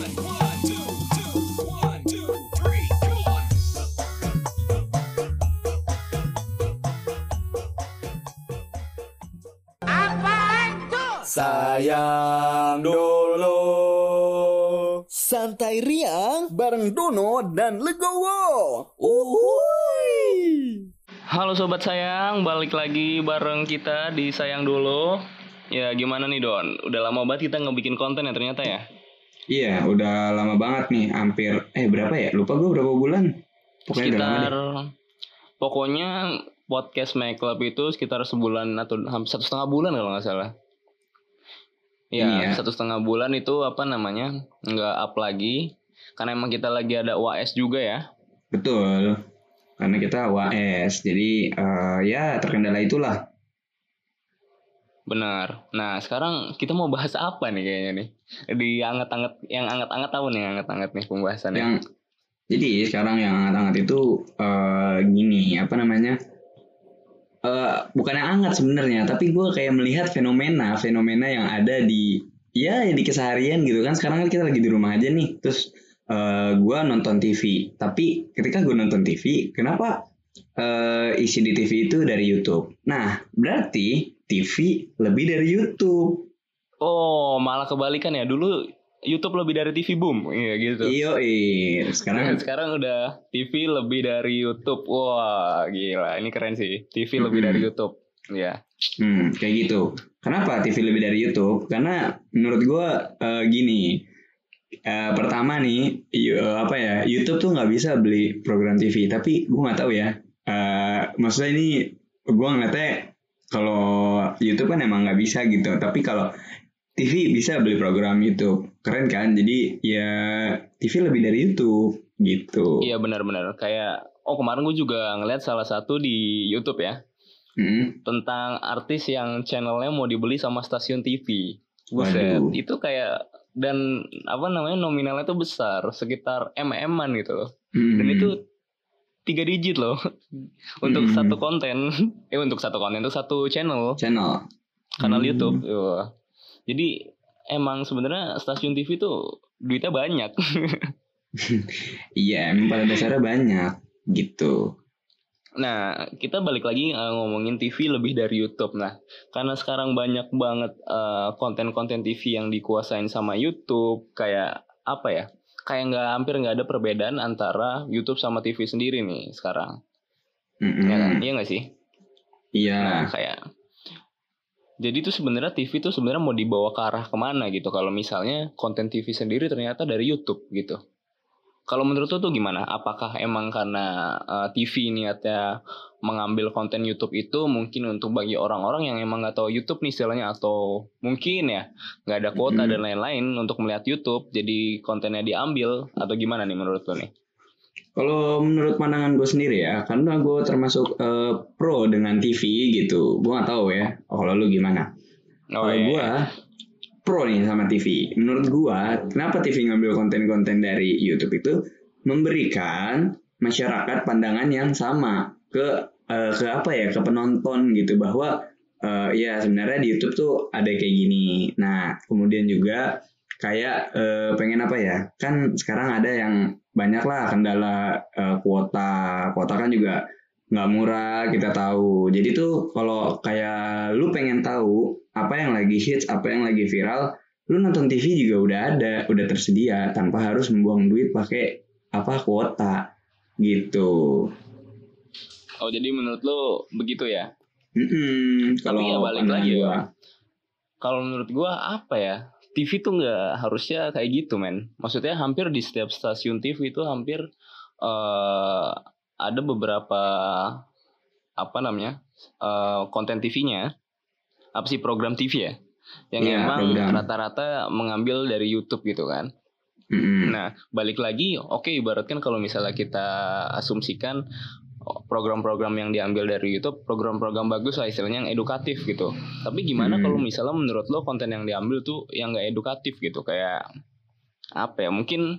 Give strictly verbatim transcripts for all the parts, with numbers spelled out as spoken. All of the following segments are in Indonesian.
Sayang dulu. Santai riang bareng Dono dan Legowo. Uhuy. Halo sobat sayang, balik lagi bareng kita di Sayang Dulu. Ya gimana nih Don? Udah lama banget kita ngebikin konten ya ternyata ya. Iya, udah lama banget nih, hampir eh berapa ya? Lupa gue berapa bulan. Pokoknya sekitar udah lama deh. Pokoknya podcast Make Club itu sekitar sebulan atau hampir satu setengah bulan kalau nggak salah. Ya, Iya. satu setengah bulan itu apa namanya nggak up lagi karena emang kita lagi ada U A S juga ya. Betul. Karena kita U A S, jadi eh, ya terkendala itulah. Benar. Nah sekarang kita mau bahas apa nih kayaknya nih di anget-anget yang anget-anget tahu nih anget-anget nih pembahasannya. Yang jadi sekarang yang hangat-hangat itu eh, gini, apa namanya? Eh, bukan yang hangat sebenarnya, tapi gue kayak melihat fenomena fenomena yang ada di ya di keseharian gitu kan. Sekarang kan kita lagi di rumah aja nih, terus eh, gue nonton T V. Tapi ketika gue nonton T V, kenapa eh, isi di T V itu dari YouTube? Nah, berarti T V lebih dari YouTube. Oh malah kebalikan ya, dulu YouTube lebih dari T V boom, iya gitu. Iyo, iya. Sekarang Nah, sekarang udah T V lebih dari YouTube. Wah, gila. Ini keren sih. T V lebih Mm-mm. dari YouTube. Ya. Hmm, kayak gitu. Kenapa T V lebih dari YouTube? Karena menurut gue eh, gini. Eh, pertama nih, y- eh, apa ya? YouTube tuh nggak bisa beli program T V. Tapi gue nggak tahu ya. Eh, maksudnya ini gue ngeliatnya kalau YouTube kan emang nggak bisa gitu. Tapi kalau T V bisa beli program YouTube. Keren kan? Jadi ya T V lebih dari YouTube gitu. Iya benar-benar. Kayak, oh kemarin gue juga ngeliat salah satu di YouTube ya. Hmm. Tentang artis yang channelnya mau dibeli sama stasiun T V. Buset. Waduh. Itu kayak, dan apa namanya nominalnya tuh besar. Sekitar M-an gitu loh. Hmm. Dan itu tiga digit loh. Untuk Hmm. satu konten. Eh untuk satu konten, untuk satu channel. Channel. Kanal Hmm. YouTube. Wah. Jadi emang sebenarnya stasiun T V tuh duitnya banyak. Iya, emang pada dasarnya banyak gitu. Nah, kita balik lagi uh, ngomongin T V lebih dari YouTube. Nah, karena sekarang banyak banget uh, konten-konten T V yang dikuasain sama YouTube, kayak apa ya? Kayak nggak hampir nggak ada perbedaan antara YouTube sama T V sendiri nih sekarang. Mm-mm. Ya kan? Iya nggak sih? Iya. Nah, kayak jadi tuh sebenarnya T V tuh sebenarnya mau dibawa ke arah kemana gitu? Kalau misalnya konten T V sendiri ternyata dari YouTube gitu. Kalau menurut lo tuh gimana? Apakah emang karena uh, T V niatnya mengambil konten YouTube itu mungkin untuk bagi orang-orang yang emang nggak tahu YouTube nih istilahnya, atau mungkin ya nggak ada kuota Mm-mm. dan lain-lain untuk melihat YouTube, jadi kontennya diambil, atau gimana nih menurut lo nih? Kalau menurut pandangan gue sendiri ya, karena gue termasuk eh, pro dengan T V gitu. Gue nggak tahu ya. Kalau lu gimana? Oh, Kalau iya, gue iya. pro nih sama T V. Menurut gue, kenapa T V ngambil konten-konten dari YouTube itu memberikan masyarakat pandangan yang sama ke eh, ke apa ya, ke penonton gitu, bahwa eh, ya sebenarnya di YouTube tuh ada kayak gini. Nah, kemudian juga kayak eh, pengen apa ya? Kan sekarang ada yang banyak lah kendala eh, kuota. Kuota kan juga nggak murah, kita tahu. Jadi tuh kalau kayak lu pengen tahu apa yang lagi hits, apa yang lagi viral, lu nonton T V juga udah ada, udah tersedia tanpa harus membuang duit pakai apa kuota gitu. Oh jadi menurut lo begitu ya? Mm-mm, Tapi ya kalau balik pandangan lagi gua. ya. Kalau menurut gua apa ya? T V tuh nggak harusnya kayak gitu men. Maksudnya hampir di setiap stasiun T V itu hampir eh, ada beberapa apa namanya eh, konten T V-nya, apa sih program T V ya, yang Iya, emang program. rata-rata mengambil dari YouTube gitu kan. Mm-mm. Nah balik lagi, oke ibaratkan kalau misalnya kita asumsikan program-program yang diambil dari YouTube program-program bagus lah istilahnya, yang edukatif gitu. Tapi gimana Hmm. kalau misalnya menurut lo konten yang diambil tuh yang nggak edukatif gitu, kayak apa ya, mungkin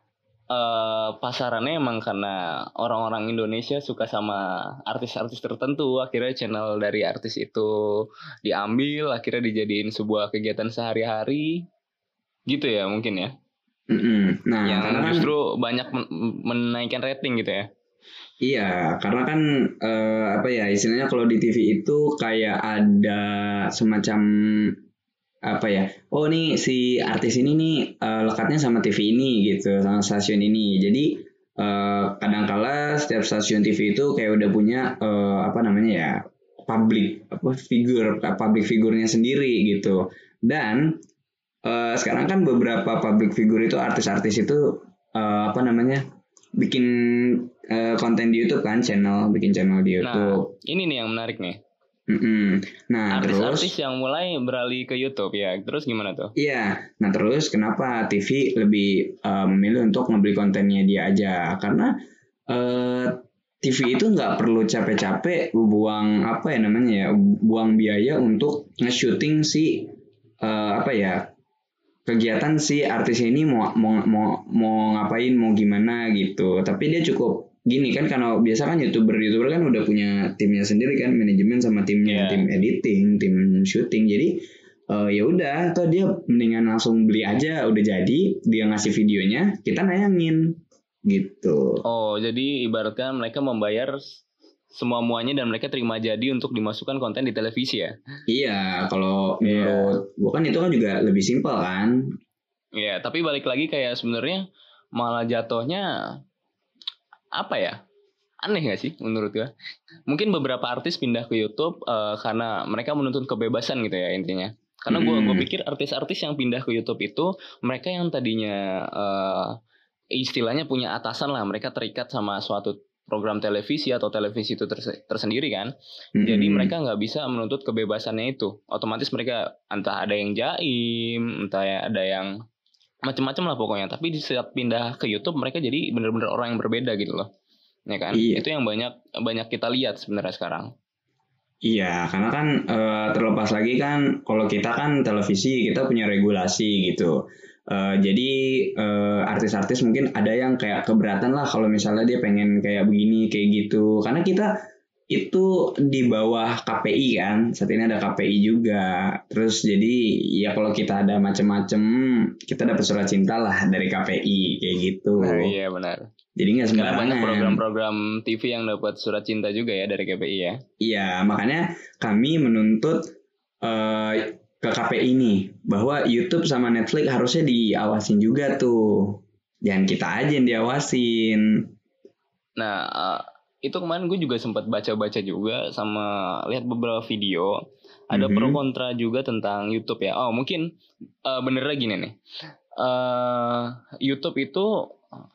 eh, pasarannya emang karena orang-orang Indonesia suka sama artis-artis tertentu, akhirnya channel dari artis itu diambil, akhirnya dijadiin sebuah kegiatan sehari-hari gitu ya mungkin ya. Mm-mm. Nah, yang karena kan justru banyak men- menaikkan rating gitu ya. iya, karena kan eh, apa ya istilahnya kalau di T V itu kayak ada semacam apa ya? Oh nih si artis ini nih eh, lekatnya sama T V ini gitu, sama stasiun ini. Jadi eh, kadangkala setiap stasiun T V itu kayak udah punya eh, apa namanya ya public apa figur public figurnya sendiri gitu. Dan eh, sekarang kan beberapa public figure itu artis-artis itu eh, apa namanya bikin eh, konten di YouTube kan, channel bikin channel di Nah, YouTube. ini nih yang menarik nih. Mm-mm. Nah Artis-artis terus yang mulai beralih ke YouTube ya. Terus gimana tuh? iya, nah terus kenapa T V lebih eh, memilih untuk ngebeli kontennya dia aja? Karena eh, T V itu nggak perlu capek-capek buang apa ya namanya ya, buang biaya untuk nge-shooting si eh, apa ya kegiatan si artis ini mau mau mau mau ngapain mau gimana gitu. Tapi dia cukup gini kan karena biasa kan youtuber youtuber kan udah punya timnya sendiri kan manajemen sama timnya Iya. tim editing tim syuting jadi eh, ya udah atau dia mendingan langsung beli aja udah jadi dia ngasih videonya kita nayangin gitu. Oh, jadi ibaratkan mereka membayar semua muanya dan mereka terima jadi untuk dimasukkan konten di televisi ya. Iya kalau Iya. menurut gua kan itu kan juga lebih simpel kan. Iya, tapi balik lagi kayak sebenarnya malah jatuhnya apa ya? Aneh gak sih menurut gue? Mungkin beberapa artis pindah ke YouTube eh, karena mereka menuntut kebebasan gitu ya intinya. Karena gue gue Mm-mm. pikir artis-artis yang pindah ke YouTube itu mereka yang tadinya eh, istilahnya punya atasan lah, mereka terikat sama suatu program televisi atau televisi itu terse- tersendiri kan. Jadi Mm-mm. mereka nggak bisa menuntut kebebasannya itu. Otomatis mereka entah ada yang jaim, entah ya ada yang macam-macam lah pokoknya. Tapi di saat pindah ke YouTube mereka jadi benar-benar orang yang berbeda gitu loh. Ya kan? Iya. Itu yang banyak banyak kita lihat sebenarnya sekarang. Iya, karena kan eh, terlepas lagi kan kalau kita kan televisi kita punya regulasi gitu. Eh, jadi eh, artis-artis mungkin ada yang kayak keberatan lah kalau misalnya dia pengen kayak begini kayak gitu. Karena kita itu di bawah K P I kan, saat ini ada K P I juga. Terus jadi ya kalau kita ada macem-macem kita dapat surat cinta lah dari K P I kayak gitu. Nah, iya benar. Jadi nggak Karena banyak sembarangan. program-program T V yang dapat surat cinta juga ya dari K P I ya. Iya, makanya kami menuntut eh, ke K P I ini bahwa YouTube sama Netflix harusnya diawasin juga tuh. Jangan kita aja yang diawasin. Nah, eh, itu kemarin gue juga sempat baca-baca juga sama lihat beberapa video. Ada Mhm. pro kontra juga tentang YouTube ya. Oh, mungkin eh, benernya gini nih. Eh, YouTube itu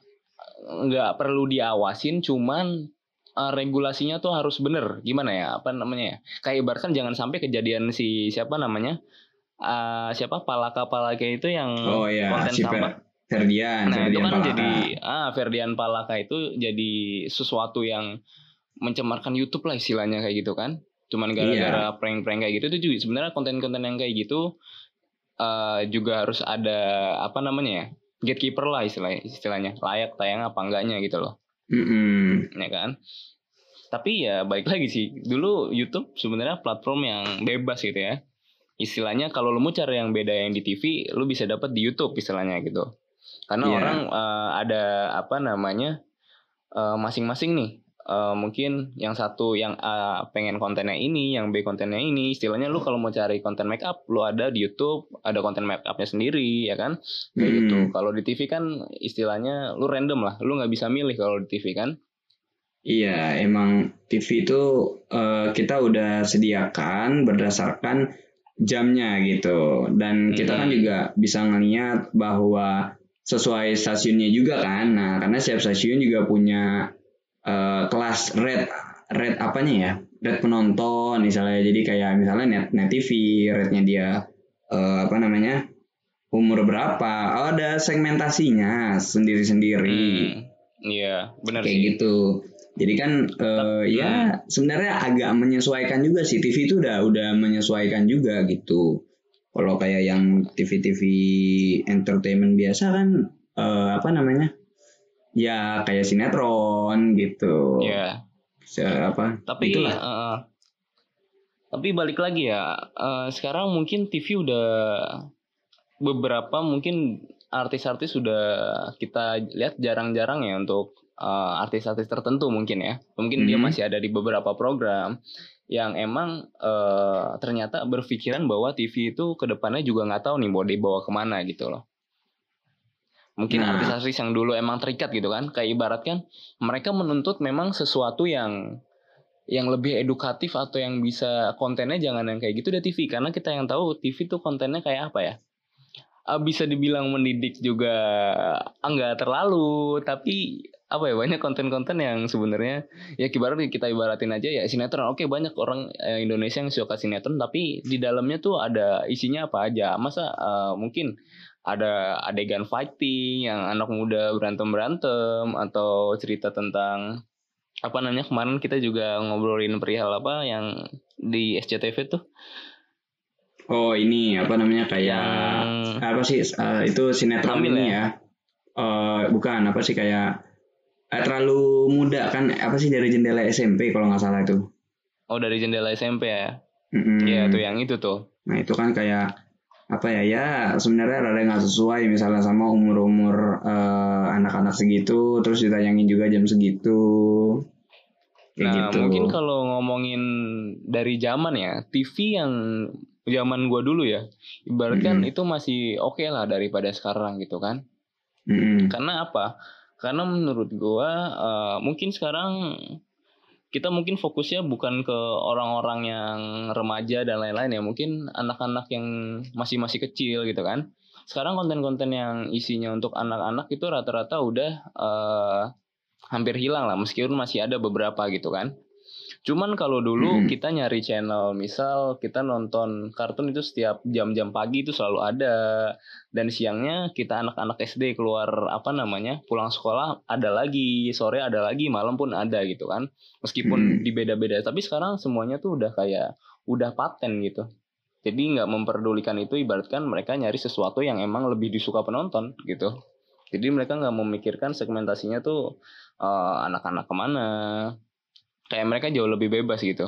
nggak perlu diawasin, cuman eh, regulasinya tuh harus bener. Gimana ya? Apa namanya ya? Kayak ibaratkan jangan sampai kejadian si siapa namanya? Eh, siapa Palaka-Palaka itu yang Oh ya, konten si sampah. Fer- Ferdian, Nah itu Ferdian kan Palaka. jadi ah Ferdian Palaka itu jadi sesuatu yang mencemarkan YouTube lah istilahnya kayak gitu kan. Cuman gara-gara Iya. prank-prank kayak gitu itu juga sebenarnya konten-konten yang kayak gitu eh, juga harus ada apa namanya ya gatekeeper lah istilahnya, istilahnya layak tayang apa enggaknya gitu loh, Mm-mm. ya kan. Tapi ya baik lagi sih dulu YouTube sebenarnya platform yang bebas gitu ya. Istilahnya kalau lu mau cari yang beda yang di T V lu bisa dapat di YouTube istilahnya gitu. Karena Iya. orang eh, ada apa namanya eh, masing-masing nih. Eh, mungkin yang satu yang A pengen kontennya ini, yang B kontennya ini. Istilahnya lu kalau mau cari konten make up, lu ada di YouTube, ada konten make upnya sendiri, ya kan? Kayak Hmm. gitu. Kalau di T V kan istilahnya lu random lah, lu nggak bisa milih kalau di T V kan? Iya, emang T V itu eh, kita udah sediakan berdasarkan jamnya gitu. Dan kita kan Hmm. juga bisa ngeliat bahwa sesuai stasiunnya juga kan. Nah, karena setiap stasiun juga punya eh, kelas rate rate apanya ya? Rate penonton misalnya. Jadi kayak misalnya Net, Net T V, rate-nya dia eh, apa namanya? Umur berapa? Oh, ada segmentasinya sendiri-sendiri. Hmm. Iya, benar Kayak sih. gitu. Jadi kan eh, ya sebenarnya agak menyesuaikan juga sih T V itu udah udah menyesuaikan juga gitu. Kalau kayak yang T V-T V entertainment biasa kan eh, apa namanya? Ya kayak sinetron gitu. Iya. Se- apa? Tapi Itulah. eh, tapi balik lagi ya, eh, sekarang mungkin T V udah beberapa mungkin artis-artis sudah kita lihat jarang-jarang ya untuk uh, artis-artis tertentu mungkin ya. Mungkin dia Mhm. masih ada di beberapa program yang emang uh, ternyata berpikiran bahwa T V itu kedepannya juga nggak tahu nih mau dibawa kemana gitu loh. Mungkin Nah. artis-artis yang dulu emang terikat gitu kan, kayak ibaratkan mereka menuntut memang sesuatu yang yang lebih edukatif atau yang bisa kontennya jangan yang kayak gitu deh T V, karena kita yang tahu T V tuh kontennya kayak apa ya, uh, bisa dibilang mendidik juga enggak terlalu, tapi apa ya, banyak konten-konten yang sebenarnya ya ibarat kita ibaratin aja ya sinetron. Oke, banyak orang eh, Indonesia yang suka sinetron, tapi di dalamnya tuh ada isinya apa aja. Masa uh, mungkin ada adegan fighting yang anak muda berantem-berantem, atau cerita tentang apa namanya, kemarin kita juga ngobrolin perihal apa yang di S C T V tuh. Oh ini apa namanya kayak Yang apa sih uh, itu sinetron hamil ini ya? ya? Uh, bukan apa sih kayak eh, terlalu muda kan apa sih dari jendela S M P kalau nggak salah itu. Oh, dari jendela S M P ya? Mm-mm. Iya tuh yang itu tuh. Nah itu kan kayak apa ya ya sebenarnya rada nggak sesuai misalnya sama umur-umur uh, anak-anak segitu terus ditayangin juga jam segitu. Kayak Nah gitu. mungkin kalau ngomongin dari zaman ya, T V yang zaman gua dulu ya, ibaratkan Mm-mm. itu masih oke lah daripada sekarang gitu kan. Mm-mm. Karena apa? Karena menurut gua uh, mungkin sekarang kita mungkin fokusnya bukan ke orang-orang yang remaja dan lain-lain ya, mungkin anak-anak yang masih masih kecil gitu kan. Sekarang konten-konten yang isinya untuk anak-anak itu rata-rata udah uh, hampir hilang lah, meskipun masih ada beberapa gitu kan. Cuman kalau dulu Mm-mm. kita nyari channel, misal kita nonton kartun itu setiap jam-jam pagi itu selalu ada, dan siangnya kita anak-anak S D keluar apa namanya pulang sekolah ada lagi, sore ada lagi, malam pun ada gitu kan. Meskipun Mm. di beda-beda, tapi sekarang semuanya tuh udah kayak udah paten gitu. Jadi nggak memperdulikan itu, ibaratkan mereka nyari sesuatu yang emang lebih disuka penonton gitu. Jadi mereka nggak memikirkan segmentasinya tuh uh, anak-anak kemana. Kayak mereka jauh lebih bebas gitu.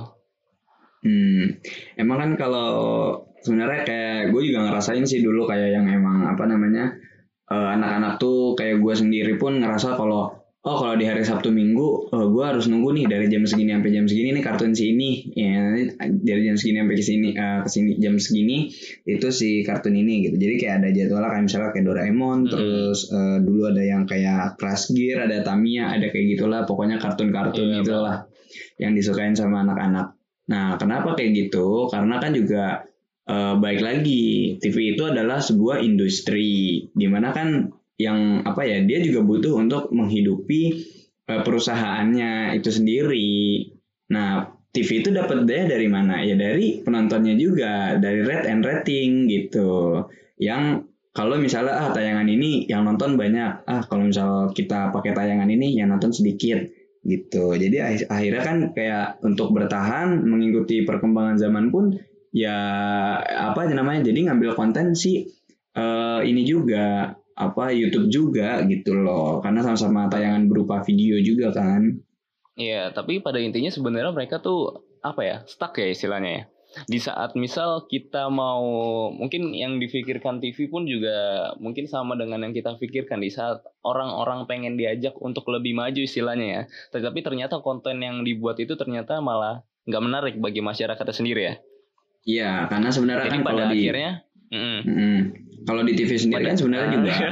Hmm, emang kan kalau sebenarnya kayak gue juga ngerasain sih dulu kayak yang emang apa namanya eh, anak-anak tuh kayak gue sendiri pun ngerasa kalau oh kalau di hari Sabtu Minggu eh, gue harus nunggu nih dari jam segini sampai jam segini nih kartun si ini ya nanti dari jam segini sampai ke sini eh, ke sini jam segini itu si kartun ini gitu jadi kayak ada jadwal kayak misalnya kayak Doraemon Mm-mm. terus eh, dulu ada yang kayak Crash Gear ada Tamiya ada kayak gitulah pokoknya kartun-kartun Iya, itulah yang disukain sama anak-anak. Nah, kenapa kayak gitu? Karena kan juga eh, baik lagi T V itu adalah sebuah industri di mana kan yang apa ya dia juga butuh untuk menghidupi eh, perusahaannya itu sendiri. Nah, T V itu dapat daya dari mana? Ya dari penontonnya juga, dari rate and rating gitu. Yang kalau misalnya ah tayangan ini yang nonton banyak, ah kalau misal kita pakai tayangan ini yang nonton sedikit gitu. Jadi akhir- akhirnya kan kayak untuk bertahan mengikuti perkembangan zaman pun ya apa aja namanya jadi ngambil konten sih eh, ini juga apa YouTube juga gitu loh karena sama-sama tayangan berupa video juga kan. Iya, tapi pada intinya sebenarnya mereka tuh apa ya, stuck ya istilahnya ya. Di saat misal kita mau, mungkin yang dipikirkan T V pun juga mungkin sama dengan yang kita pikirkan di saat orang-orang pengen diajak untuk lebih maju istilahnya ya. Tetapi ternyata konten yang dibuat itu ternyata malah nggak menarik bagi masyarakatnya sendiri ya. Iya, karena sebenarnya Jadi kan kalau pada di akhirnya, mm-mm. Mm-mm. kalau di T V sendiri Pada- kan sebenarnya ah. juga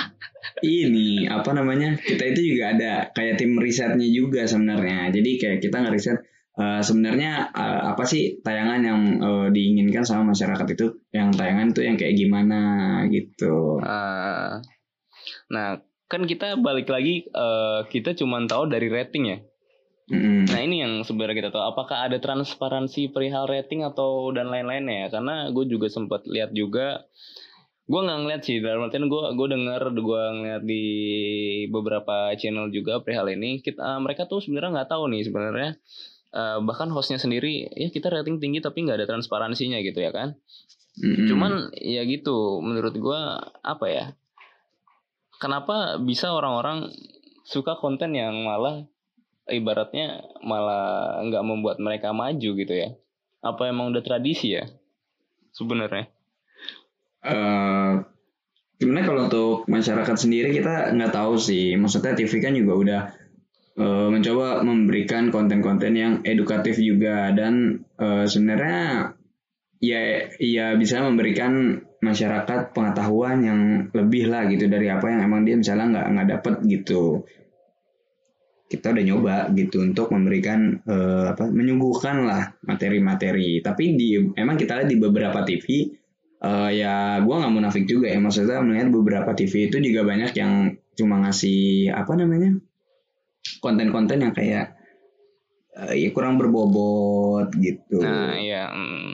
ini apa namanya kita itu juga ada kayak tim risetnya juga sebenarnya. Jadi kayak kita ngeriset eh, sebenarnya eh, apa sih tayangan yang eh, diinginkan sama masyarakat itu, yang tayangan itu yang kayak gimana gitu. Ah. Nah, kan kita balik lagi, eh, kita cuma tahu dari rating ya. Mm-mm. Nah ini yang sebenarnya kita tahu, apakah ada transparansi perihal rating atau dan lain-lainnya ya? Karena gue juga sempat lihat juga, gue nggak ngeliat sih, dalam artian gue gue dengar, gue ngeliat di beberapa channel juga perihal ini. Kita eh, mereka tuh sebenarnya nggak tahu nih sebenarnya, eh, bahkan hostnya sendiri ya kita rating tinggi tapi nggak ada transparansinya gitu ya kan? Mm-mm. Cuman ya gitu, menurut gue apa ya? Kenapa bisa orang-orang suka konten yang malah ibaratnya malah nggak membuat mereka maju gitu ya? Apa emang udah tradisi ya sebenarnya? Eh, Sebenarnya kalau untuk masyarakat sendiri kita nggak tahu sih. Maksudnya T V kan juga udah eh, mencoba memberikan konten-konten yang edukatif juga dan eh, sebenarnya ya ya bisa memberikan masyarakat pengetahuan yang lebih lah gitu dari apa yang emang dia misalnya nggak nggak dapet gitu. Kita udah nyoba gitu untuk memberikan eh, apa menyuguhkan lah materi-materi. Tapi di emang kita lihat di beberapa T V eh, ya gue nggak munafik juga ya, maksudnya melihat beberapa T V itu juga banyak yang cuma ngasih apa namanya konten-konten yang kayak eh, ya kurang berbobot gitu. Nah, iya. mm.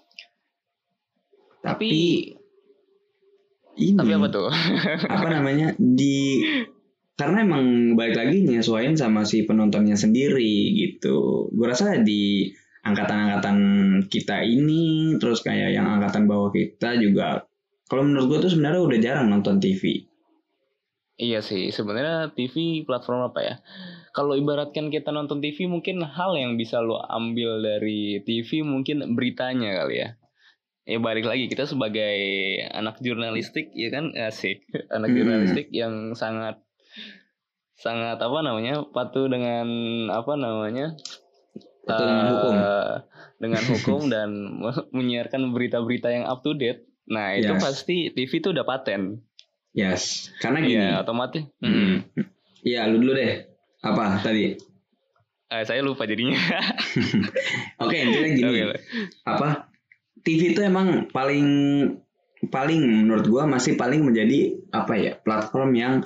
Tapi Tapi ini tapi apa tuh? apa namanya di karena emang balik lagi nyesuaiin sama si penontonnya sendiri gitu. Gue rasa di angkatan-angkatan kita ini terus kayak yang angkatan bawah kita juga kalau menurut gue tuh sebenarnya udah jarang nonton T V. Iya sih, sebenarnya T V platform apa ya? Kalau ibaratkan kita nonton T V, mungkin hal yang bisa lo ambil dari T V mungkin beritanya kali ya. Ya balik lagi, kita sebagai anak jurnalistik, ya kan, asik. Anak Hmm. jurnalistik yang sangat sangat apa namanya patuh dengan apa namanya Patuh dengan hukum. eh, dengan hukum dan me- menyiarkan berita-berita yang up to date. Nah itu Yes. pasti T V itu udah paten. Yes, karena gini. Iya otomatis. Hmm. Iya, lu dulu deh. Apa tadi? Eh, saya lupa jadinya. Oke, intinya gini. Oke. Apa? T V itu emang paling paling menurut gua masih paling menjadi apa ya? Platform yang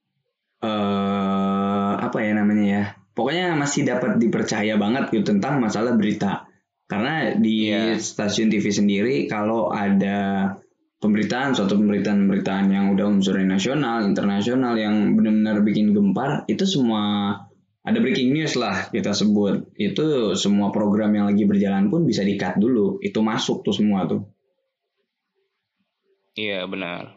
eh apa ya namanya ya? Pokoknya masih dapat dipercaya banget gitu tentang masalah berita. Karena di Iya. stasiun T V sendiri kalau ada pemberitaan, suatu pemberitaan-pemberitaan yang udah unsurnya nasional, internasional yang benar-benar bikin gempar, itu semua ada breaking news lah kita sebut. Itu semua program yang lagi berjalan pun bisa di-cut dulu. Itu masuk tuh semua tuh. Iya benar.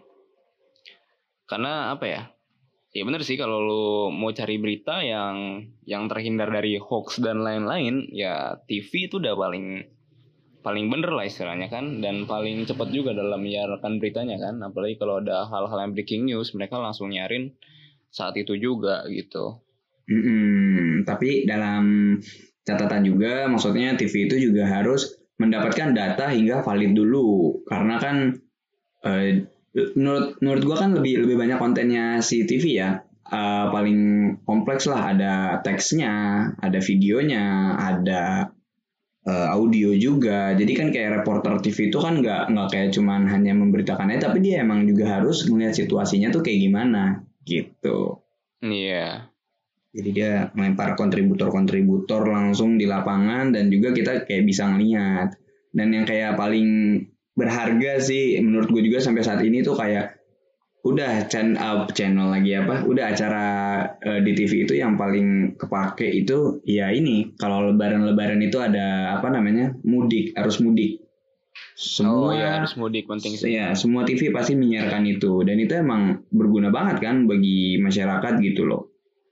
Karena apa ya? Ya benar sih kalau lu mau cari berita yang yang terhindar dari hoax dan lain-lain, ya T V itu udah paling paling bener lah istilahnya kan, dan paling cepat juga dalam menyiarkan beritanya kan. Apalagi kalau ada hal-hal yang breaking news, mereka langsung nyarin saat itu juga gitu. Mm-mm. Tapi dalam catatan juga, maksudnya T V itu juga harus mendapatkan data hingga valid dulu. Karena kan eh, menurut menurut gua kan lebih lebih banyak kontennya si T V ya. Eh, paling kompleks lah, ada teksnya, ada videonya, ada eh, audio juga. Jadi kan kayak reporter T V itu kan nggak nggak kayak cuman hanya memberitakannya, tapi dia emang juga harus melihat situasinya tuh kayak gimana gitu. Iya. Jadi dia melempar kontributor-kontributor langsung di lapangan dan juga kita kayak bisa ngeliat. Dan yang kayak paling berharga sih menurut gue juga sampai saat ini tuh kayak udah chan- uh, channel lagi apa, udah acara uh, di T V itu yang paling kepake itu ya ini kalau lebaran-lebaran itu ada apa namanya mudik, arus mudik. Oh Semua iya harus mudik penting sih. ya semua T V pasti menyiarkan itu dan itu emang berguna banget kan bagi masyarakat gitu loh.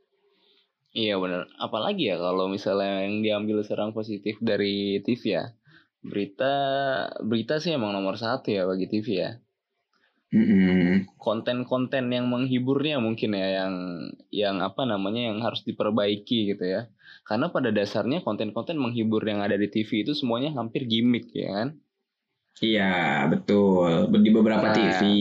Iya benar. Apalagi ya kalau misalnya yang diambil serang positif dari T V ya. Berita berita sih emang nomor satu ya bagi T V ya. Mm-mm. Konten-konten yang menghiburnya mungkin ya yang yang apa namanya yang harus diperbaiki gitu ya. Karena pada dasarnya konten-konten menghibur yang ada di T V itu semuanya hampir gimmick ya kan. Iya, betul. Di beberapa Nah, T V.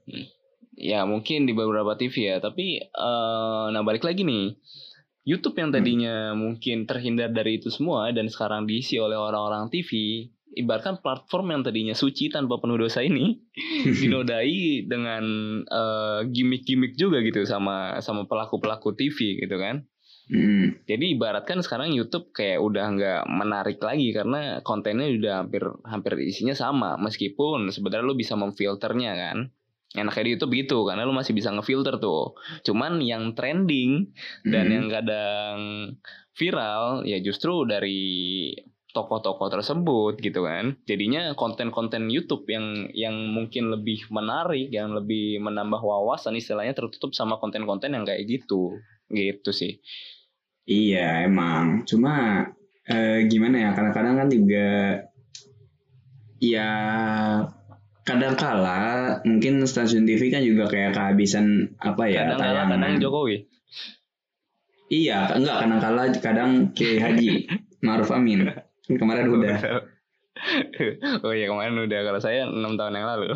Ya mungkin di beberapa T V ya. Tapi eh, nah balik lagi nih. YouTube yang tadinya hmm. mungkin terhindar dari itu semua dan sekarang diisi oleh orang-orang T V, ibaratkan platform yang tadinya suci tanpa penuh dosa ini dinodai dengan uh, gimmick-gimmick juga gitu sama sama pelaku-pelaku T V gitu kan. Hmm. Jadi ibaratkan sekarang YouTube kayak udah nggak menarik lagi karena kontennya udah hampir hampir isinya sama meskipun sebenarnya lo bisa memfilternya kan. Enaknya di YouTube gitu karena lu masih bisa ngefilter tuh. Cuman yang trending dan Hmm. yang kadang viral ya justru dari tokoh-tokoh tersebut gitu kan. Jadinya konten-konten YouTube yang yang mungkin lebih menarik, yang lebih menambah wawasan istilahnya tertutup sama konten-konten yang kayak gitu. Gitu sih. Iya, emang. Cuma eh, gimana ya? Kadang-kadang kan juga ya kadangkala mungkin stasiun T V kan juga kayak kehabisan apa ya Kadang kalah tayangan. kadang Jokowi. Iya, enggak kadangkala kadang Kiai Haji Ma'ruf Amin. Kan kemarin udah. Oh iya kemarin udah, kalau saya enam tahun yang lalu.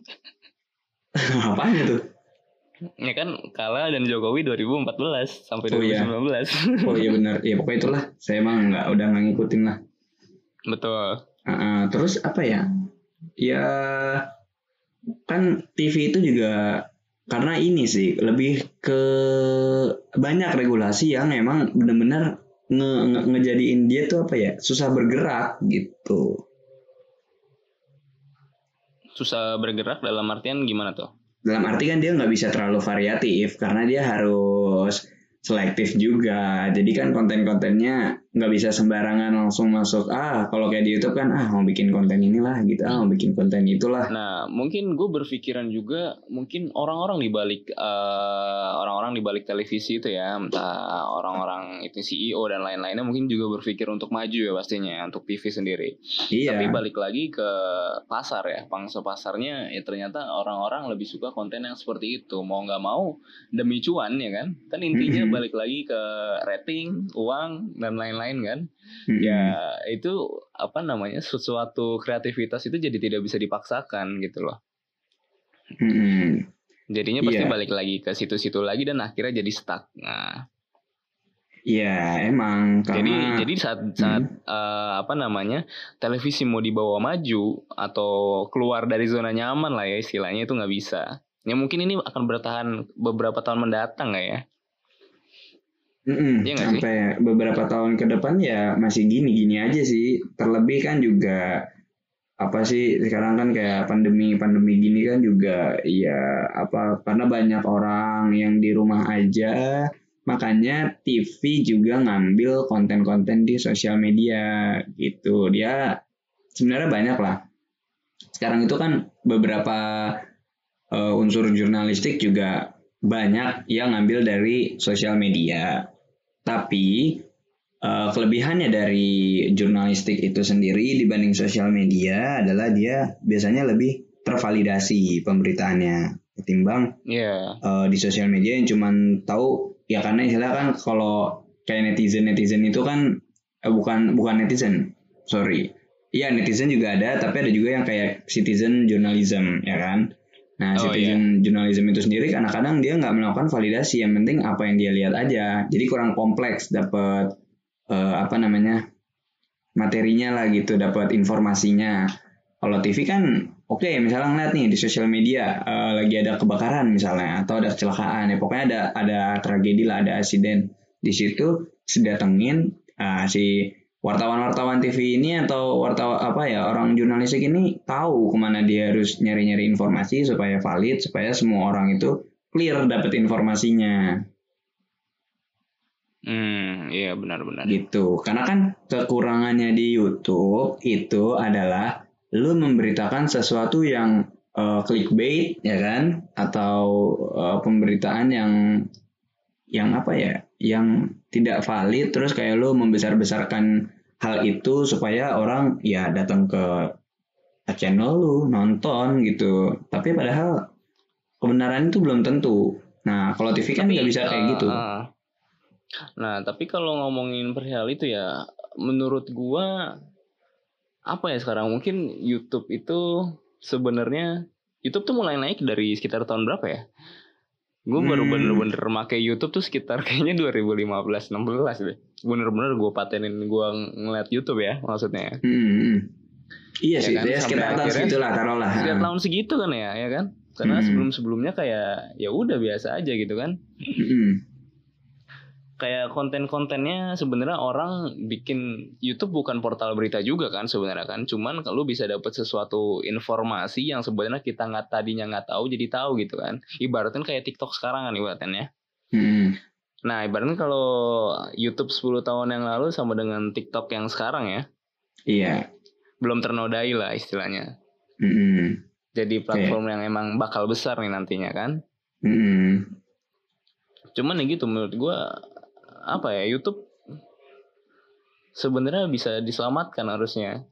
Apanya tuh? Ya kan kalah dan Jokowi dua ribu empat belas sampai Oh, dua ribu iya. sembilan belas. Oh iya benar. Ya pokoknya itulah. Saya emang nggak udah nggak ngikutin lah. Betul. Uh, terus apa ya? Ya kan T V itu juga karena ini sih lebih ke banyak regulasi yang emang benar-benar nge, nge, ngejadiin dia tuh apa ya susah bergerak gitu. Susah bergerak dalam artian gimana tuh? Dalam arti kan dia nggak bisa terlalu variatif karena dia harus selektif juga. Jadi kan konten-kontennya nggak bisa sembarangan langsung masuk. Ah, kalau kayak di YouTube kan, ah mau bikin konten inilah gitu, ah mau bikin konten itulah. Nah, mungkin gue berpikiran juga mungkin orang-orang di balik uh, orang-orang di balik televisi itu ya, entah orang-orang itu C E O dan lain-lainnya mungkin juga berpikir untuk maju ya pastinya untuk T V sendiri. Iya. Tapi balik lagi ke pasar ya, pangsa pasarnya ya ternyata orang-orang lebih suka konten yang seperti itu. Mau nggak mau demi cuan ya kan? Kan intinya Mm-mm. balik lagi ke rating, uang dan lain-lain kan. Mm-mm. Ya itu apa namanya sesuatu kreativitas itu jadi tidak bisa dipaksakan gitu loh. Mm-mm. Jadinya pasti Iya. balik lagi ke situ-situ lagi dan akhirnya jadi stuck. Nah, Iya emang jadi karena jadi saat saat Hmm. eh, apa namanya televisi mau dibawa maju atau keluar dari zona nyaman lah ya istilahnya itu nggak bisa. Ya mungkin ini akan bertahan beberapa tahun mendatang nggak ya? Mm-mm, Iya nggak sih? sampai beberapa tahun ke depan ya masih gini-gini aja sih. Terlebih kan juga apa sih sekarang kan kayak pandemi-pandemi gini kan juga ya apa karena banyak orang yang di rumah aja makanya T V juga ngambil konten-konten di sosial media gitu. Dia sebenarnya banyak lah. Sekarang itu kan beberapa uh, unsur jurnalistik juga banyak yang ngambil dari sosial media. Tapi uh, kelebihannya dari jurnalistik itu sendiri dibanding sosial media adalah dia biasanya lebih tervalidasi pemberitaannya ketimbang Iya. uh, di sosial media yang cuman tahu ya karena istilah kan kalau kayak netizen netizen itu kan eh, bukan bukan netizen sorry iya netizen juga ada tapi ada juga yang kayak citizen journalism ya kan. Nah, Oh, citizen journalism itu sendiri kadang-kadang dia nggak melakukan validasi, yang penting apa yang dia lihat aja. Jadi kurang kompleks dapat eh, apa namanya materinya lah gitu, dapat informasinya. Kalau T V kan oke, okay, misalnya ngeliat nih di sosial media eh, lagi ada kebakaran misalnya atau ada kecelakaan ya pokoknya ada ada tragedi lah, ada insiden di situ sedatengin uh, si wartawan-wartawan T V ini atau wartawan apa ya orang jurnalistik ini tahu kemana dia harus nyari-nyari informasi supaya valid supaya semua orang itu clear dapat informasinya. Hmm, iya benar-benar. Gitu. Karena kan kekurangannya di YouTube itu adalah lu memberitakan sesuatu yang uh, clickbait ya kan atau uh, pemberitaan yang yang apa ya yang tidak valid terus kayak lu membesar-besarkan hal itu supaya orang ya datang ke channel lu nonton gitu tapi padahal kebenaran itu belum tentu. Nah kalau T V kan nggak bisa kayak uh, gitu. Uh, nah tapi kalau ngomongin perihal itu ya menurut gua apa ya sekarang mungkin YouTube itu sebenarnya YouTube tuh mulai naik dari sekitar tahun berapa ya? Gue baru Hmm. bener-bener make YouTube tuh sekitar kayaknya dua ribu lima belas enam belas deh. Bener-bener gue patenin gue ngeliat YouTube ya maksudnya. Hmm. Iya ya sih, kan? ya sekitar tahun segitu lah taruhlah. Sekitar tahun segitu kan ya, ya kan? Karena Hmm. sebelum-sebelumnya kayak ya udah biasa aja gitu kan. Hmm. Kayak konten-kontennya sebenarnya orang bikin YouTube bukan portal berita juga kan sebenarnya kan, cuman kalau bisa dapat sesuatu informasi yang sebenarnya kita nggak tadinya nggak tahu jadi tahu gitu kan, ibaratnya kayak TikTok sekarang kan ibaratnya. Hmm. Nah ibaratnya kalau YouTube sepuluh tahun yang lalu sama dengan TikTok yang sekarang ya, iya, belum ternodai lah istilahnya. Hmm. Jadi platform okay. yang emang bakal besar nih nantinya kan. Hmm. Cuman ya gitu menurut gue apa ya YouTube sebenarnya bisa diselamatkan harusnya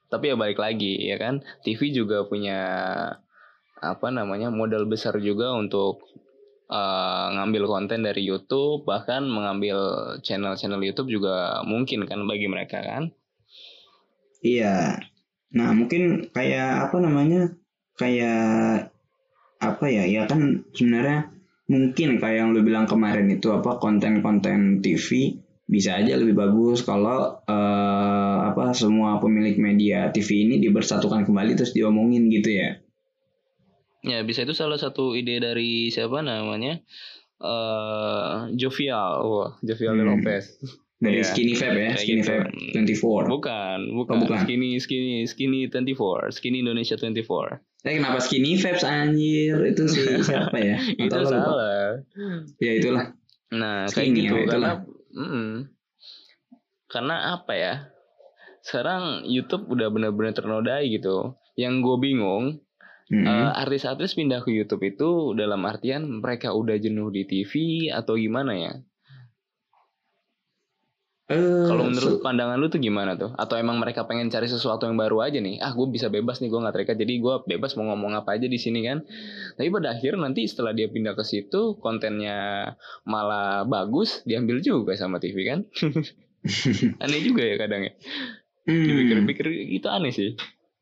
Tapi ya balik lagi ya kan, T V juga punya apa namanya modal besar juga untuk uh, ngambil konten dari YouTube, bahkan mengambil channel-channel YouTube juga mungkin kan bagi mereka kan. Iya. Nah mungkin kayak apa namanya, kayak apa ya, ya kan sebenarnya mungkin kayak yang lu bilang kemarin itu apa, konten-konten T V bisa aja lebih bagus kalau eh, apa semua pemilik media T V ini dibersatukan kembali terus diomongin gitu ya. Ya bisa, itu salah satu ide dari siapa namanya, uh, Jovial, wah Jovial Hmm. Lopez. Dari Iya, Skinny Fab ya, kayak Skinny gitu. Fab dua puluh empat. Bukan, bukan, Oh, bukan. Skinny, Skinny, Skinny dua puluh empat, Skinny Indonesia dua puluh empat. Eh kenapa Skinny Fabs anjir, itu si siapa ya? Itu Atau lo lupa? salah. Ya itulah. Nah kayak Skinny gitu ya, itulah. karena, mm, karena apa ya? Sekarang YouTube udah benar-benar ternodai gitu. Yang gue bingung, Mm-hmm. uh, artis-artis pindah ke YouTube itu dalam artian mereka udah jenuh di T V atau gimana ya? Eh, Kalau menurut so- pandangan lu tuh gimana tuh? Atau emang mereka pengen cari sesuatu yang baru aja nih? Ah, gue bisa bebas nih, gue nggak terikat, jadi gue bebas mau ngomong apa aja di sini kan. Tapi pada akhir nanti setelah dia pindah ke situ, kontennya malah bagus, diambil juga sama T V kan? Aneh juga ya kadang ya. Hmm, Dipikir-pikir itu aneh sih.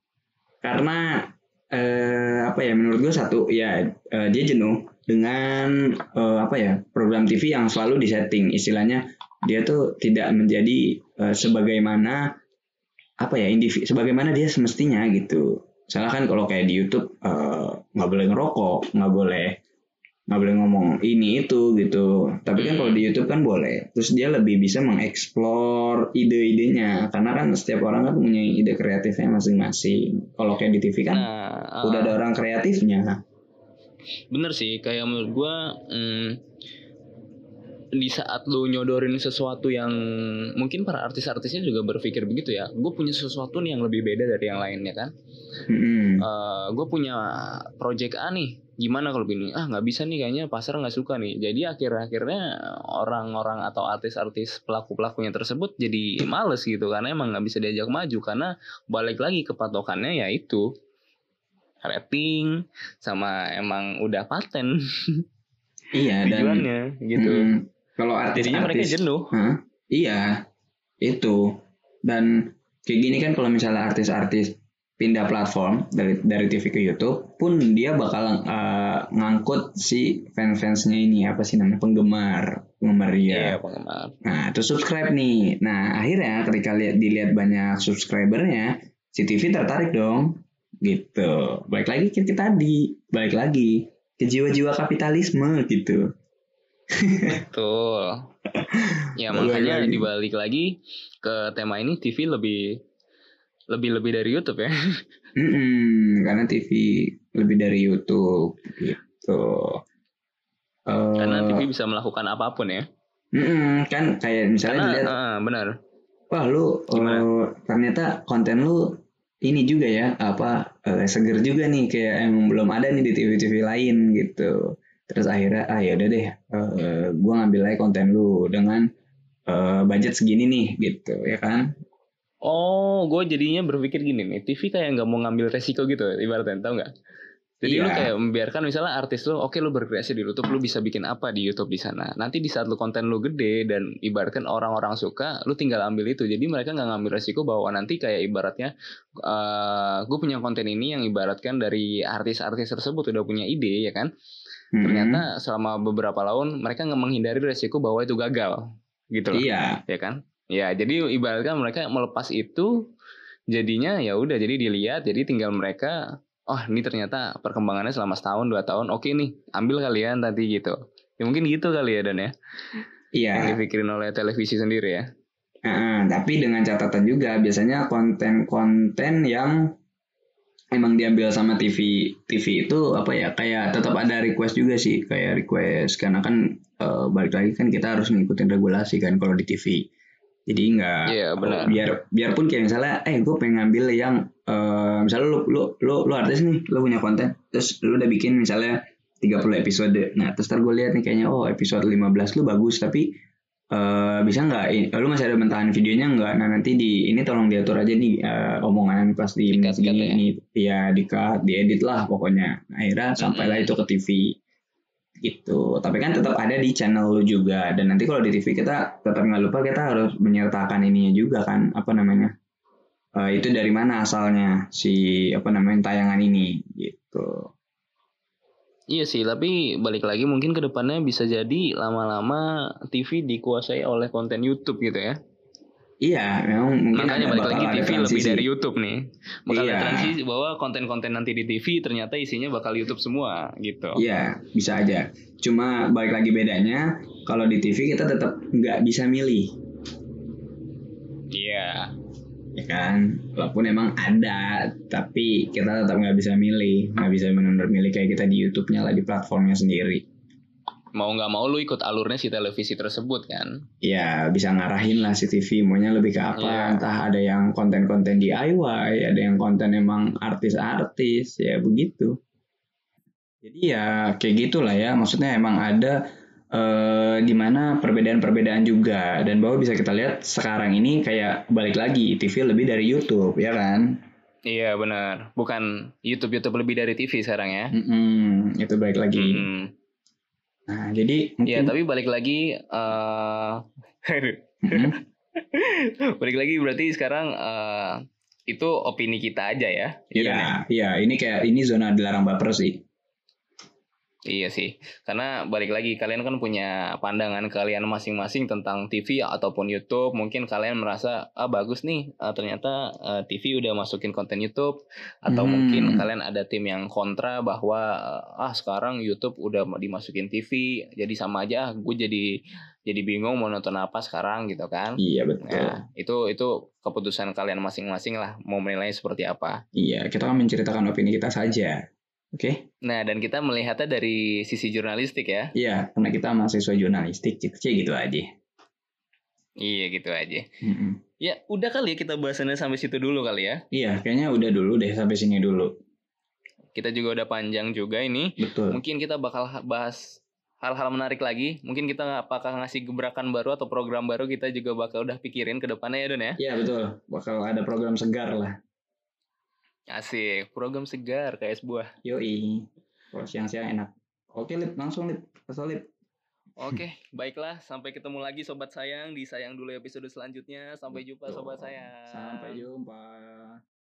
karena eh, apa ya, menurut gue satu ya, eh, dia jenuh dengan eh, apa ya, program T V yang selalu disetting, istilahnya dia tuh tidak menjadi eh, sebagaimana apa ya, individu sebagaimana dia semestinya gitu. Misalnya kan kalau kayak di YouTube eh, nggak boleh ngerokok, nggak boleh nggak boleh ngomong ini itu gitu. Tapi kan kalau di YouTube kan boleh. Terus dia lebih bisa mengeksplor ide-idenya, karena kan setiap orang kan punya ide kreatifnya masing-masing. Kalau kayak di T V kan Nah, udah ada uh, orang kreatifnya. bener sih, kayak menurut gue, hmm, di saat lu nyodorin sesuatu yang mungkin para artis-artisnya juga berpikir begitu ya, gue punya sesuatu nih yang lebih beda dari yang lainnya kan. Mm-mm. Uh, gue punya project A nih, gimana kalau gini? Ah nggak bisa nih, kayaknya pasar nggak suka nih. Jadi akhir-akhirnya orang-orang atau artis-artis pelaku-pelakunya tersebut jadi males gitu, karena emang nggak bisa diajak maju, karena balik lagi ke patokannya yaitu rating sama emang udah paten Iya, dan tujuannya gitu. mm, kalau Jadinya mereka artis-artis, jenuh. Hah? Iya, itu. Dan kayak gini kan, kalau misalnya artis-artis pindah platform dari dari T V ke YouTube, pun dia bakal uh, ngangkut si fans-fansnya ini, apa sih namanya, penggemar, penggemar dia. Iya, penggemar. Nah, terus subscribe nih. Nah, akhirnya ketika lihat dilihat banyak subscribernya, si T V tertarik dong. Gitu. Balik lagi ke kita tadi, balik lagi ke jiwa-jiwa kapitalisme gitu. Betul. Ya Balik makanya lagi. dibalik lagi ke tema ini, T V lebih lebih lebih dari YouTube ya. Mm-mm, karena T V lebih dari YouTube gitu. Eh, Karena T V bisa melakukan apapun ya. mm-mm, kan kayak misalnya Karena dilihat, ah, benar. wah lu Gimana? eh, ternyata konten lu ini juga ya, apa eh, seger juga nih, kayak emang belum ada nih di T V-T V lain gitu. Terus akhirnya ah ya udah deh, eh, gue ngambil aja konten lu dengan eh, budget segini nih gitu ya kan. Oh, gue jadinya berpikir gini nih, T V kayak nggak mau ngambil resiko gitu, ibaratnya, tau nggak? Jadi Iya. lu kayak membiarkan misalnya artis lu, oke lu berkreasi di YouTube, lu bisa bikin apa di YouTube di sana. Nanti di saat lu konten lu gede dan ibaratkan orang-orang suka, lu tinggal ambil itu. Jadi mereka nggak ngambil resiko bahwa nanti kayak ibaratnya, uh, gue punya konten ini yang ibaratkan dari artis-artis tersebut udah punya ide ya kan. Mm-mm. Ternyata selama beberapa tahun mereka nggak menghindari resiko bahwa itu gagal, gitu loh. Iya. Ya kan? Ya, jadi ibaratkan mereka melepas itu, jadinya ya udah, jadi dilihat, jadi tinggal mereka, oh ini ternyata perkembangannya selama setahun dua tahun, oke nih, ambil kalian nanti gitu. Ya mungkin gitu kali ya Dan ya. Iya. Yang dipikirin oleh televisi sendiri ya. Nah, tapi dengan catatan juga, biasanya konten-konten yang emang diambil sama T V T V itu apa ya, kayak tetap ada request juga sih, kayak request, karena kan eh, balik lagi kan kita harus ngikutin regulasi kan kalau di T V. Jadi nggak, Iya, benar. biar biarpun kayak misalnya, eh gue pengen ngambil yang eh, misalnya lu lu lu lu artis nih, lu punya konten, terus lu udah bikin misalnya tiga puluh episode, nah terus ntar gue lihat nih kayaknya, oh episode lima belas lu bagus, tapi eh, bisa nggak ini- lu masih ada mentahan videonya nggak? Nah nanti di ini tolong diatur aja nih eh, omongan pas di menit Di-cut-cut segini ya? ini ya di-cut, diedit lah pokoknya. Nah, akhirnya sampailah Mm-mm. itu ke T V gitu. Tapi kan tetap ada di channel lu juga. Dan nanti kalau di T V kita tetap nggak lupa kita harus menyertakan ininya juga kan apa namanya? Eh, itu dari mana asalnya si apa namanya tayangan ini gitu. Iya sih, tapi balik lagi mungkin ke depannya bisa jadi lama-lama T V dikuasai oleh konten YouTube gitu ya. Iya, memang mungkin Makanya ada balik bakal lagi ada T V lebih transisi. dari YouTube nih. Bakal ada Iya, transisi bahwa konten-konten nanti di T V ternyata isinya bakal YouTube semua gitu. iya bisa aja. Cuma balik lagi bedanya kalau di T V kita tetap nggak bisa milih, Iya. ya kan? Walaupun emang ada, tapi kita tetap nggak bisa milih, nggak bisa benar-benar milih kayak kita di YouTube-nya lah di platformnya sendiri. Mau nggak mau lu ikut alurnya si televisi tersebut kan. Ya bisa ngarahin lah si T V maunya lebih ke apa, Iya. entah ada yang konten-konten D I Y, ada yang konten emang artis-artis, ya begitu. Jadi ya kayak gitulah ya, maksudnya emang ada eh, di mana perbedaan-perbedaan juga dan bahwa bisa kita lihat sekarang ini kayak balik lagi T V lebih dari YouTube ya kan. Iya benar. Bukan YouTube YouTube lebih dari T V sekarang ya. Mm-mm, itu balik lagi. Mm-mm. Nah jadi Iya, mungkin tapi balik lagi eh aduh. mm-mm, Balik lagi berarti sekarang eh itu opini kita aja ya. Iya iya Dan ya? iya ini kayak ini zona dilarang baper sih. Iya sih, karena balik lagi kalian kan punya pandangan kalian masing-masing tentang T V ataupun YouTube. Mungkin kalian merasa ah bagus nih, ah, ternyata eh, T V udah masukin konten YouTube. Atau Hmm. mungkin kalian ada tim yang kontra bahwa ah sekarang YouTube udah dimasukin T V, jadi sama aja. Gue jadi jadi bingung mau nonton apa sekarang gitu kan. Iya betul. Nah itu itu keputusan kalian masing-masing lah mau menilai seperti apa. Iya kita kan menceritakan opini kita saja. Oke? Nah dan kita melihatnya dari sisi jurnalistik ya. Iya karena kita mahasiswa jurnalistik gitu, gitu aja. Iya gitu aja. Mm-mm. Ya udah kali ya kita bahasannya sampai situ dulu kali ya. Iya kayaknya udah dulu deh sampai sini dulu. Kita juga udah panjang juga ini. Betul. Mungkin kita bakal ha- bahas hal-hal menarik lagi. Mungkin kita apakah ngasih gebrakan baru atau program baru kita juga bakal udah pikirin ke depannya ya Don ya. Iya betul. Bakal ada program segar lah. Asik, program segar kayak sebuah. Yoi. Kalau siang-siang enak. Oke Lip, langsung Lip. Kesel Lip. Oke, baiklah. Sampai ketemu lagi sobat sayang di sayang dulu episode selanjutnya. Sampai jumpa sobat sayang. Sampai jumpa.